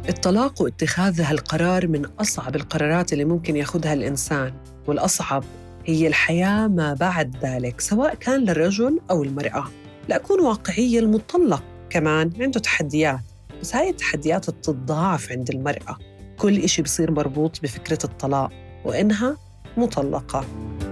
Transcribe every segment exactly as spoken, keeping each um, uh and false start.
الطلاق واتخاذ هالقرار من أصعب القرارات اللي ممكن ياخدها الإنسان، والأصعب هي الحياة ما بعد ذلك، سواء كان للرجل أو المرأة. لأكون واقعية، المطلق كمان عنده تحديات، بس هاي التحديات بتتضاعف عند المرأة. كل إشي بصير مربوط بفكرة الطلاق وإنها مطلقة.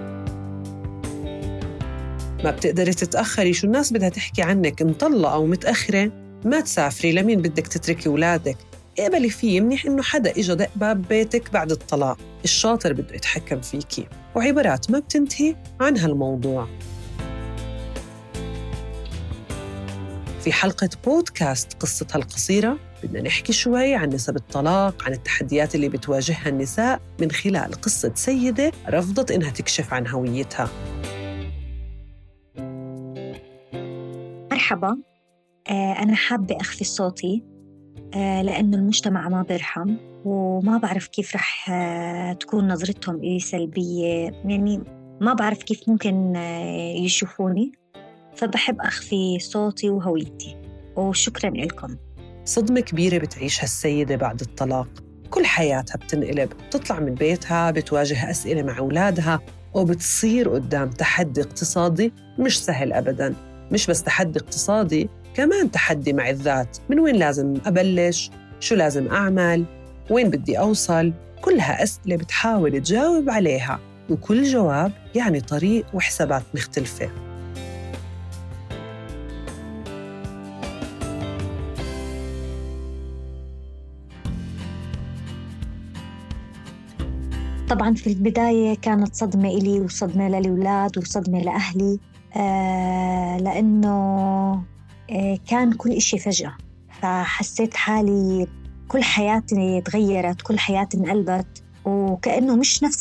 ما بتقدري تتأخري، شو الناس بدها تحكي عنك، مطلقة أو متأخرة. ما تسافري، لمين بدك تتركي أولادك. اقبلي فيه، منيح إنه حدا إجا دق باب بيتك بعد الطلاق، الشاطر بده يتحكم فيكي، وعبارات ما بتنتهي عن هالموضوع. في حلقة بودكاست قصتها القصيرة بدنا نحكي شوي عن نسب الطلاق، عن التحديات اللي بتواجهها النساء من خلال قصة سيدة رفضت إنها تكشف عن هويتها. مرحبا، أنا حابة أخفي صوتي لأنه المجتمع ما بيرحم، وما بعرف كيف رح تكون نظرتهم إلي سلبية، يعني ما بعرف كيف ممكن يشوفوني، فبحب أخفي صوتي وهويتي. وشكراً لكم. صدمة كبيرة بتعيشها السيدة بعد الطلاق. كل حياتها بتنقلب، بتطلع من بيتها، بتواجه أسئلة مع أولادها، وبتصير قدام تحدي اقتصادي مش سهل أبداً. مش بس تحدي اقتصادي، كمان تحدي مع الذات. من وين لازم أبلش؟ شو لازم أعمل؟ وين بدي أوصل؟ كلها أسئلة بتحاول تجاوب عليها، وكل جواب يعني طريق وحسابات مختلفة. طبعاً في البداية كانت صدمة إلي وصدمة للأولاد وصدمة لأهلي، آه لأنه آه كان كل إشي فجأة، فحسيت حالي كل حياتي تغيرت، كل حياتي انقلبت، وكأنه مش نفس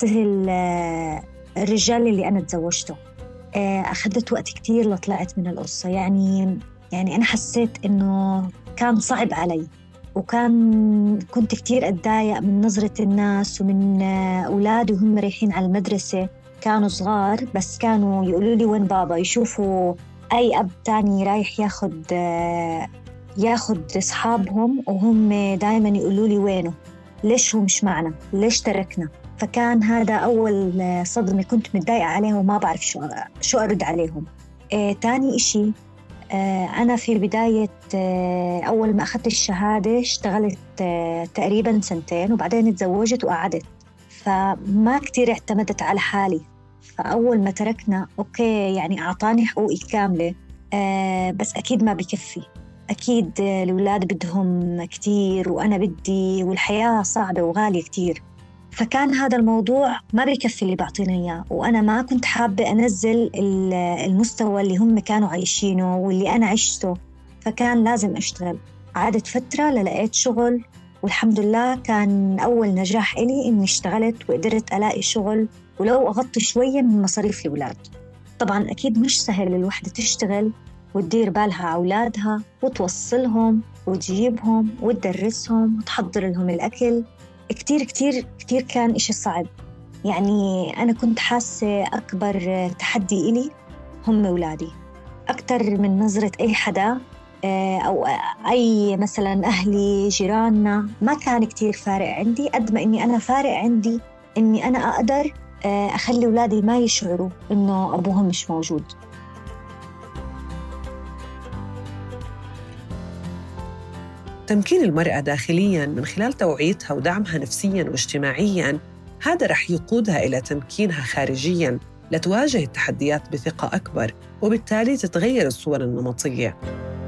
الرجال اللي أنا تزوجته. آه أخذت وقت كتير لطلعت من القصة، يعني يعني أنا حسيت إنه كان صعب علي، وكان كنت كتير أتضايق من نظرة الناس ومن أولادي وهم رايحين على المدرسة. كانوا صغار بس كانوا يقولوا لي وين بابا، يشوفوا أي أب تاني رايح ياخد ياخد أصحابهم وهم دايماً يقولوا لي وينه، ليش هو مش معنا، ليش تركنا. فكان هذا أول صدمة كنت متضايقة عليهم وما بعرف شو شو أرد عليهم. آه، تاني إشي، أنا في بداية أول ما أخذت الشهادة اشتغلت تقريباً سنتين، وبعدين اتزوجت وقعدت، فما كتير اعتمدت على حالي. فأول ما تركنا أوكي، يعني أعطاني حقوقي كاملة، بس أكيد ما بكفي. أكيد الأولاد بدهم كتير وأنا بدي، والحياة صعبة وغالية كتير، فكان هذا الموضوع ما بيكفي اللي بعطينا إياه، وأنا ما كنت حابة أنزل المستوى اللي هم كانوا عايشينه واللي أنا عشته، فكان لازم أشتغل. عادت فترة للقيت شغل، والحمد لله كان أول نجاح إلي إني اشتغلت وقدرت ألاقي شغل ولو أغطي شوية من مصاريف الأولاد. طبعاً أكيد مش سهل الوحدة تشتغل وتدير بالها على أولادها وتوصلهم وتجيبهم وتدرسهم وتحضر لهم الأكل. كتير كتير كتير كان إشي صعب. يعني أنا كنت حاسة أكبر تحدي إلي هم أولادي، أكتر من نظرة أي حدا أو أي مثلاً أهلي جيراننا. ما كان كتير فارق عندي قد ما إني أنا فارق عندي إني أنا أقدر أخلي أولادي ما يشعروا إنه أبوهم مش موجود. تمكين المرأة داخلياً من خلال توعيتها ودعمها نفسياً واجتماعياً، هذا رح يقودها إلى تمكينها خارجياً لتواجه التحديات بثقة أكبر، وبالتالي تتغير الصور النمطية.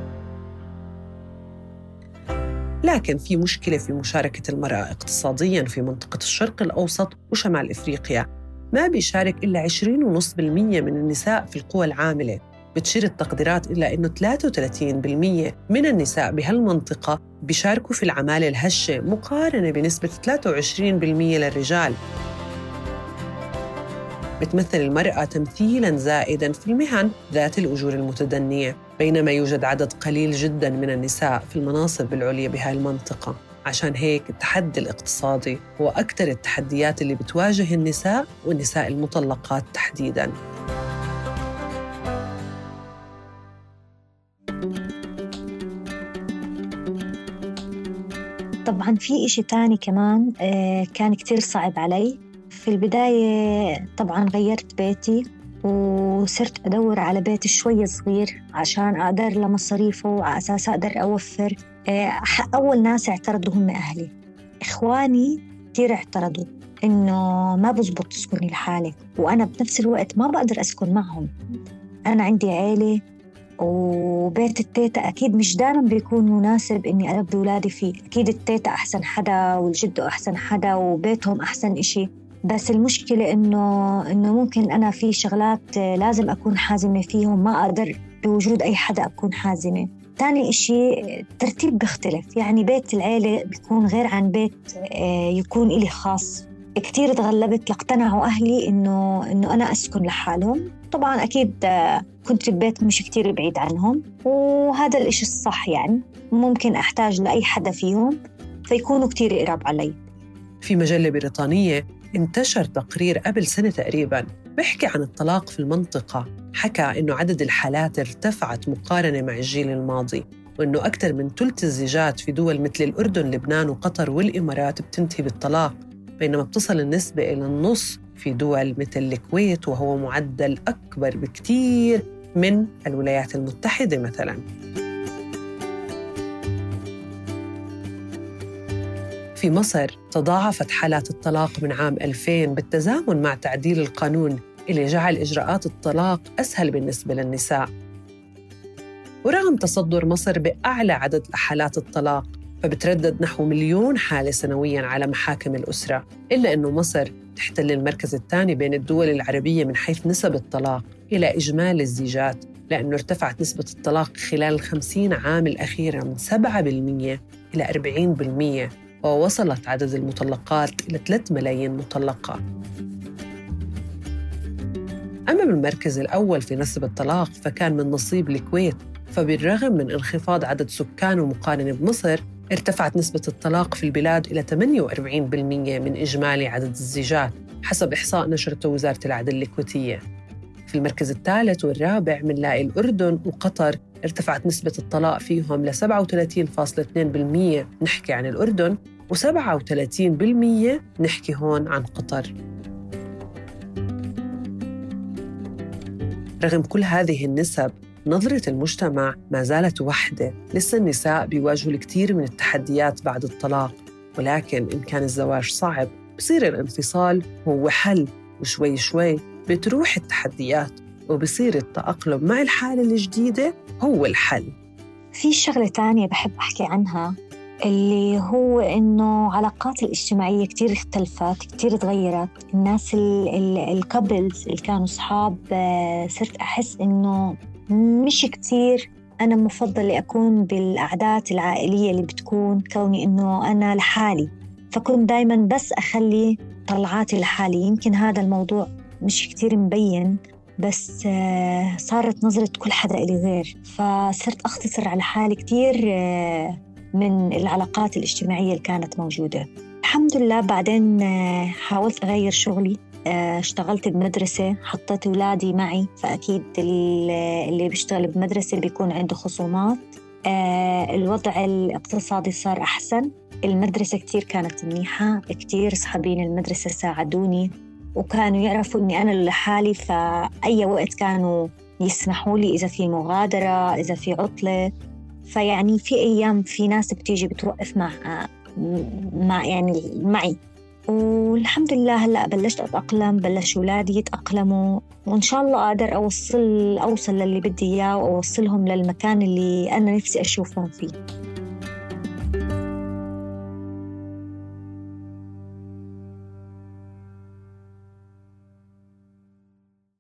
لكن في مشكلة في مشاركة المرأة اقتصادياً في منطقة الشرق الأوسط وشمال إفريقيا. ما بيشارك إلا عشرين فاصلة خمسة بالمئة من النساء في القوى العاملة. بتشير التقديرات إلى أنه ثلاثة وثلاثين بالمئة من النساء بهالمنطقة بيشاركوا في العمالة الهشة، مقارنة بنسبة ثلاثة وعشرين بالمئة للرجال. بتمثل المرأة تمثيلاً زائداً في المهن ذات الأجور المتدنية، بينما يوجد عدد قليل جداً من النساء في المناصب العليا بهاي المنطقة. عشان هيك التحدي الاقتصادي هو أكثر التحديات اللي بتواجه النساء، والنساء المطلقات تحديداً. طبعاً في إشي تاني كمان آه كان كتير صعب علي في البداية. طبعاً غيرت بيتي وصرت أدور على بيت شوي صغير عشان أقدر لمصاريفه وعلى أساس أقدر أوفر. آه أول ناس اعترضوا هم أهلي. إخواني كتير اعترضوا إنه ما بزبط تسكني لحالك، وأنا بنفس الوقت ما بقدر أسكن معهم. أنا عندي عيلة وبيت التيتا أكيد مش دائما بيكون مناسب إني أربي أولادي فيه. أكيد التيتا أحسن حدا والجد أحسن حدا وبيتهم أحسن إشي، بس المشكلة إنه إنه ممكن أنا في شغلات لازم أكون حازمة فيهم، ما أقدر بوجود أي حدا أكون حازمة. تاني إشي ترتيب بيختلف، يعني بيت العيلة بيكون غير عن بيت يكون إلي خاص. كتير تغلبت لاقتنعوا أهلي إنه إنه أنا أسكن لحالهم. طبعاً أكيد كنت ببيت مش كتير بعيد عنهم، وهذا الإشي الصح، يعني ممكن أحتاج لأي حدا فيهم فيكونوا كتير قراب علي. في مجلة بريطانية انتشر تقرير قبل سنة تقريباً بيحكي عن الطلاق في المنطقة. حكى إنه عدد الحالات ارتفعت مقارنة مع الجيل الماضي، وإنه أكثر من ثلث الزيجات في دول مثل الأردن، لبنان وقطر والإمارات بتنتهي بالطلاق، بينما بتصل النسبة إلى النص في دول مثل الكويت، وهو معدل أكبر بكتير من الولايات المتحدة مثلاً. في مصر تضاعفت حالات الطلاق من عام ألفين بالتزامن مع تعديل القانون اللي جعل إجراءات الطلاق أسهل بالنسبة للنساء. ورغم تصدر مصر بأعلى عدد حالات الطلاق، فبتردد نحو مليون حالة سنوياً على محاكم الأسرة، إلا أنه مصر تحتل المركز الثاني بين الدول العربية من حيث نسب الطلاق إلى إجمالي الزيجات، لأنه ارتفعت نسبة الطلاق خلال الخمسين عام الأخيرة من سبعة بالمئة إلى أربعين بالمئة، ووصلت عدد المطلقات إلى ثلاثة ملايين مطلقة. أما بالمركز الأول في نسب الطلاق فكان من نصيب الكويت، فبالرغم من انخفاض عدد سكانه مقارنة بمصر، ارتفعت نسبة الطلاق في البلاد إلى ثمانية وأربعين بالمئة من إجمالي عدد الزيجات حسب إحصاء نشرته وزارة العدل الكويتية. في المركز الثالث والرابع منلاقي الأردن وقطر، ارتفعت نسبة الطلاق فيهم ل سبعة وثلاثين فاصلة اثنين بالمئة نحكي عن الأردن، وسبعة وثلاثين بالمئة نحكي هون عن قطر. رغم كل هذه النسب، نظرة المجتمع ما زالت واحدة. لسه النساء بيواجهوا الكثير من التحديات بعد الطلاق، ولكن إن كان الزواج صعب بصير الانفصال هو حل، وشوي شوي بتروح التحديات وبصير التأقلم مع الحالة الجديدة هو الحل. في شغلة تانية بحب أحكي عنها، اللي هو إنه علاقات الاجتماعية كتير اختلفت، كتير تغيرت. الناس الكابلز اللي كانوا صحاب صرت أحس إنه مش كتير أنا مفضل أكون بالأعداد العائلية اللي بتكون كوني إنه أنا لحالي، فكنت دايماً بس أخلي طلعاتي لحالي. يمكن هذا الموضوع مش كتير مبين، بس صارت نظرة كل حدا إلي غير، فصرت أختصر على حالي كتير من العلاقات الاجتماعية اللي كانت موجودة. الحمد لله بعدين حاولت أغير شغلي، اشتغلت بمدرسة، حطيت أولادي معي، فأكيد اللي بيشتغل بمدرسة بيكون عنده خصومات. الوضع الاقتصادي صار أحسن. المدرسة كتير كانت منيحة، كتير صحابين المدرسة ساعدوني وكانوا يعرفوا أني أنا لحالي، فأي وقت كانوا يسمحوا لي إذا في مغادرة، إذا في عطلة. فيعني في أيام في ناس بتيجي بتوقف مع مع يعني معي، والحمد لله هلأ بلشت أتأقلم، بلش أولادي يتأقلموا، وإن شاء الله أقدر أوصل أوصل للي بدي إياه وأوصلهم للمكان اللي أنا نفسي أشوفهم فيه.